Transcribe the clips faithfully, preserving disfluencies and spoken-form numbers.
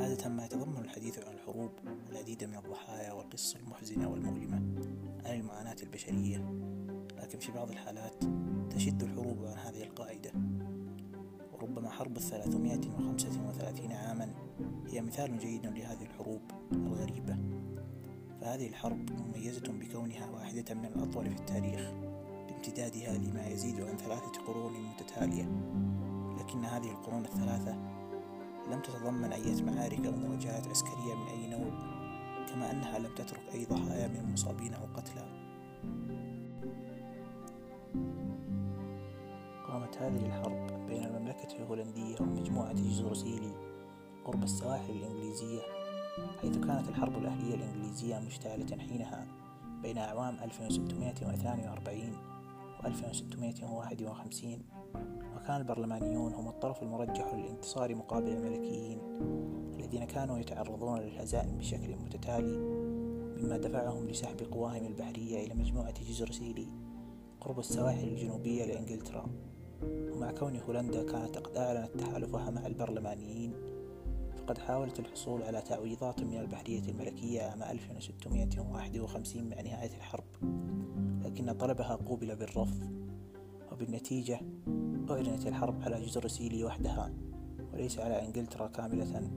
عادة ما يتضمن الحديث عن الحروب العديد من الضحايا والقصص المحزنة والمؤلمة عن المعاناة البشرية، لكن في بعض الحالات تشد الحروب عن هذه القاعدة. وربما حرب الثلاثمائة وخمسة وثلاثين عاما هي مثال جيد لهذه الحروب الغريبة. فهذه الحرب مميزة بكونها واحدة من الأطول في التاريخ بامتدادها لما يزيد عن ثلاثة قرون متتالية، لكن هذه القرون الثلاثة لم تتضمن أي معارك أو مواجهات عسكرية من أي نوع، كما أنها لم تترك أي ضحايا من المصابين أو قتلى. قامت هذه الحرب بين المملكة الهولندية ومجموعة جزر سيلي قرب السواحل الإنجليزية، حيث كانت الحرب الأهلية الإنجليزية مشتعلة حينها بين أعوام ألف وستمائة واثنين وأربعين و ألف وستمائة وواحد وخمسين، وكان البرلمانيون هم الطرف المرجح للانتصار مقابل الملكيين الذين كانوا يتعرضون للهزائم بشكل متتالي، مما دفعهم لسحب قواهم البحرية إلى مجموعة جزر سيلي قرب السواحل الجنوبية لإنجلترا. ومع كون هولندا كانت قد أعلنت تحالفها مع البرلمانيين، فقد حاولت الحصول على تعويضات من البحرية الملكية عام ألف وستمائة وواحد وخمسين مع نهاية الحرب، لكن طلبها قوبل بالرفض، وبالنتيجة أعلنت الحرب على جزر سيلي وحدها وليس على إنجلترا كاملة.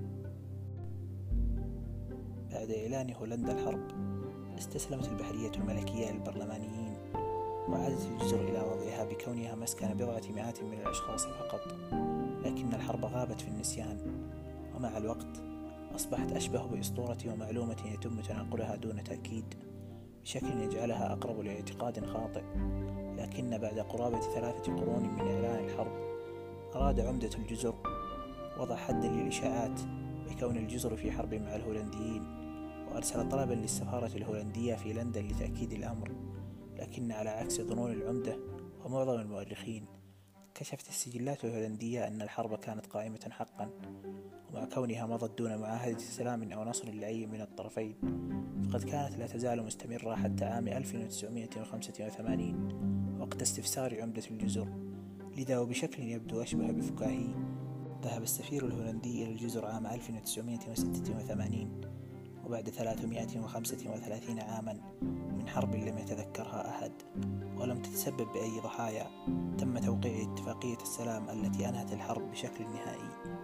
بعد إعلان هولندا الحرب استسلمت البحرية الملكية للبرلمانيين، وعادت الجزر إلى وضعها بكونها مسكن بضعة مئات من الأشخاص فقط، لكن الحرب غابت في النسيان، ومع الوقت أصبحت أشبه بأسطورة ومعلومة يتم تناقلها دون تأكيد بشكل يجعلها أقرب لاعتقاد خاطئ. لكن بعد قرابة ثلاثة قرون من إعلان الحرب أراد عمدة الجزر وضع حدا للإشاعات بكون الجزر في حرب مع الهولنديين، وأرسل طلبا للسفارة الهولندية في لندن لتأكيد الأمر، لكن على عكس ظنون العمدة ومعظم المؤرخين كشفت السجلات الهولندية أن الحرب كانت قائمة حقا، ومع كونها مضت دون معاهدة سلام أو نصر لأي من الطرفين، فقد كانت لا تزال مستمرة حتى عام ألف وتسعمائة وخمسة وثمانين وقت استفسار عمدة الجزر. لذا وبشكل يبدو أشبه بفكاهي، ذهب السفير الهولندي إلى الجزر عام ألف وتسعمائة وستة وثمانين وبعد ثلاثمائة وخمسة وثلاثين عاما من حرب لم يتذكرها أحد ولم تتسبب بأي ضحايا، تم توقيع اتفاقية السلام التي أنهت الحرب بشكل نهائي.